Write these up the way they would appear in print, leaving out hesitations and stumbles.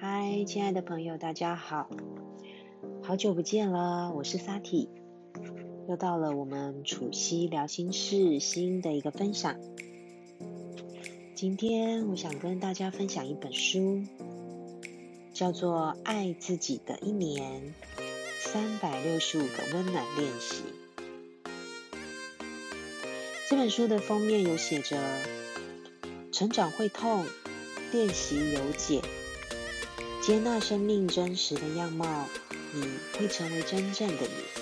嗨，亲爱的朋友，大家好，好久不见了，我是 Sati，又到了我们楚西聊心事新的一个分享。今天我想跟大家分享一本书，叫做《爱自己的一年365个温暖练习》。这本书的封面有写着：成长会痛，练习有解。接纳生命真实的样貌，你会成为真正的你。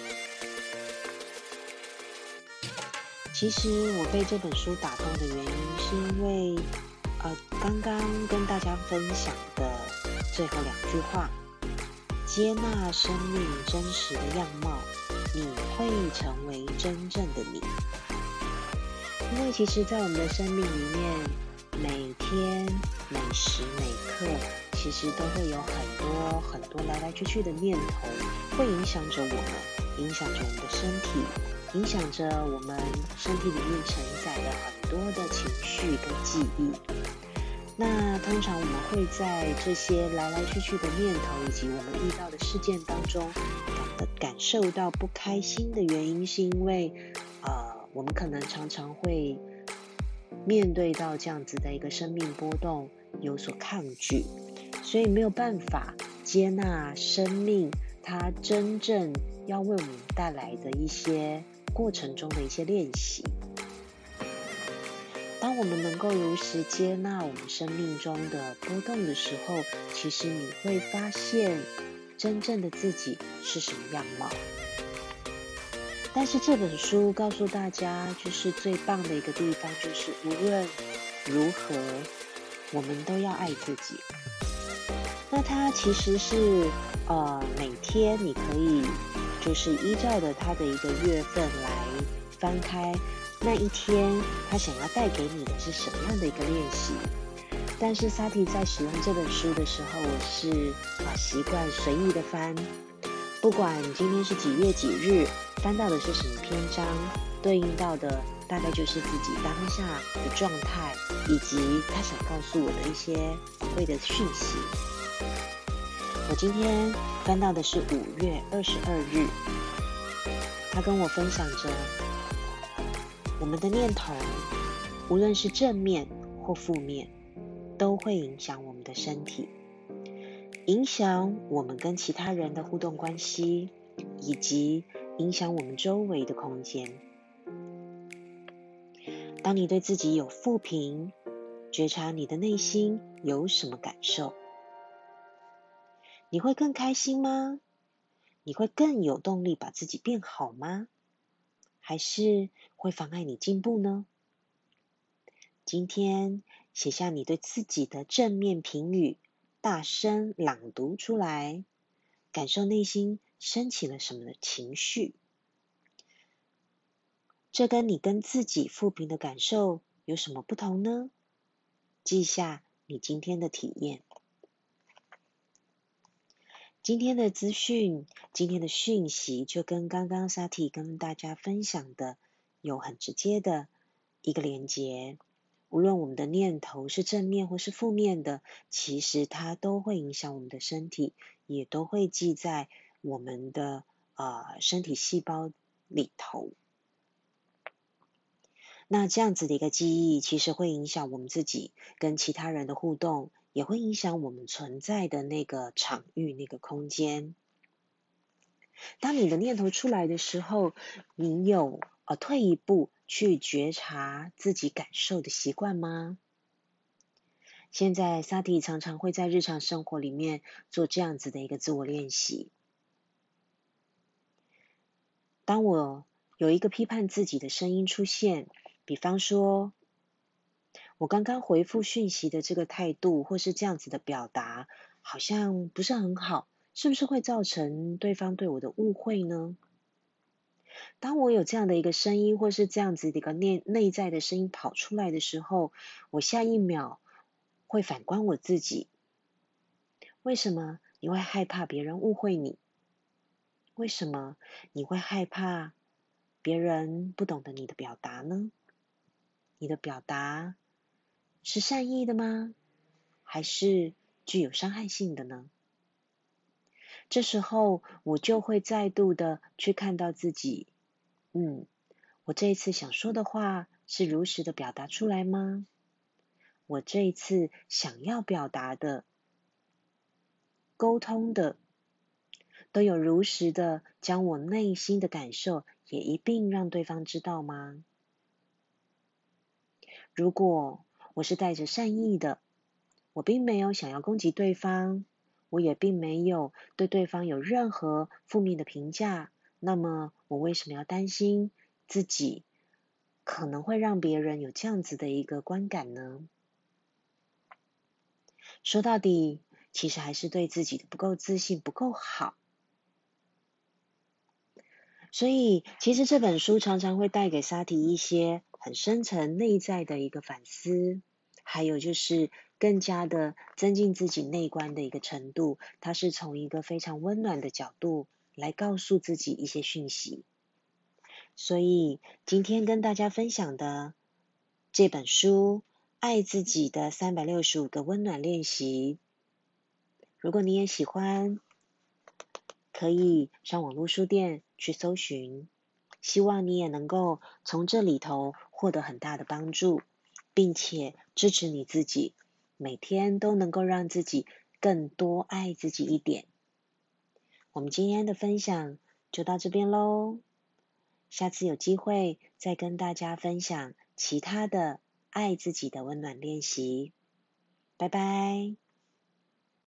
其实我被这本书打动的原因，是因为刚刚跟大家分享的最后2句话：接纳生命真实的样貌，你会成为真正的你。因为其实在我们的生命里面，每天每时每刻其实都会有很多来来去去的念头，会影响着我们，影响着我们的身体，影响着我们身体里面承载了很多的情绪跟记忆。那通常我们会在这些来来去去的念头以及我们遇到的事件当中感受到不开心的原因，是因为我们可能常常会面对到这样子的一个生命波动有所抗拒，所以没有办法接纳生命它真正要为我们带来的一些过程中的一些练习。当我们能够如实接纳我们生命中的波动的时候，其实你会发现真正的自己是什么样貌。但是这本书告诉大家，就是最棒的一个地方，就是无论如何，我们都要爱自己。那它其实是每天你可以就是依照的它的一个月份来翻开那一天，它想要带给你的是什么样的一个练习。但是萨提在使用这本书的时候，我是习惯随意的翻，不管今天是几月几日，翻到的是什么篇章，对应到的大概就是自己当下的状态，以及他想告诉我的一些宝贵的讯息。我今天翻到的是5月22日，他跟我分享着，我们的念头，无论是正面或负面，都会影响我们的身体，影响我们跟其他人的互动关系，以及影响我们周围的空间。当你对自己有负评，觉察你的内心有什么感受？你会更开心吗？你会更有动力把自己变好吗？还是会妨碍你进步呢？今天写下你对自己的正面评语，大声朗读出来，感受内心升起了什么的情绪。这跟你跟自己负评的感受有什么不同呢？记下你今天的体验。今天的资讯，今天的讯息，就跟刚刚 Sati 跟大家分享的有很直接的一个连结。无论我们的念头是正面或是负面的，其实它都会影响我们的身体，也都会记在我们的身体细胞里头。那这样子的一个记忆，其实会影响我们自己跟其他人的互动，也会影响我们存在的那个场域、那个空间。当你的念头出来的时候，你有退一步去觉察自己感受的习惯吗？现在萨提常常会在日常生活里面做这样子的一个自我练习。当我有一个批判自己的声音出现，比方说我刚刚回复讯息的这个态度，或是这样子的表达，好像不是很好，是不是会造成对方对我的误会呢？当我有这样的一个声音，或是这样子的一个内在的声音跑出来的时候，我下一秒会反观我自己，为什么你会害怕别人误会你？为什么你会害怕别人不懂得你的表达呢？你的表达是善意的吗？还是具有伤害性的呢？这时候我就会再度的去看到自己，我这一次想说的话是如实的表达出来吗？我这一次想要表达的、沟通的，都有如实的将我内心的感受也一并让对方知道吗？如果我是带着善意的，我并没有想要攻击对方，我也并没有对对方有任何负面的评价，那么我为什么要担心自己可能会让别人有这样子的一个观感呢？说到底，其实还是对自己的不够自信，不够好。所以，其实这本书常常会带给沙提一些很深层内在的一个反思，还有就是更加的增进自己内观的一个程度。它是从一个非常温暖的角度来告诉自己一些讯息。所以，今天跟大家分享的这本书《爱自己的365个温暖练习》，如果你也喜欢，可以上网络书店去搜寻。希望你也能够从这里头获得很大的帮助，并且支持你自己，每天都能够让自己更多爱自己一点。我们今天的分享就到这边咯，下次有机会再跟大家分享其他的爱自己的温暖练习。拜拜。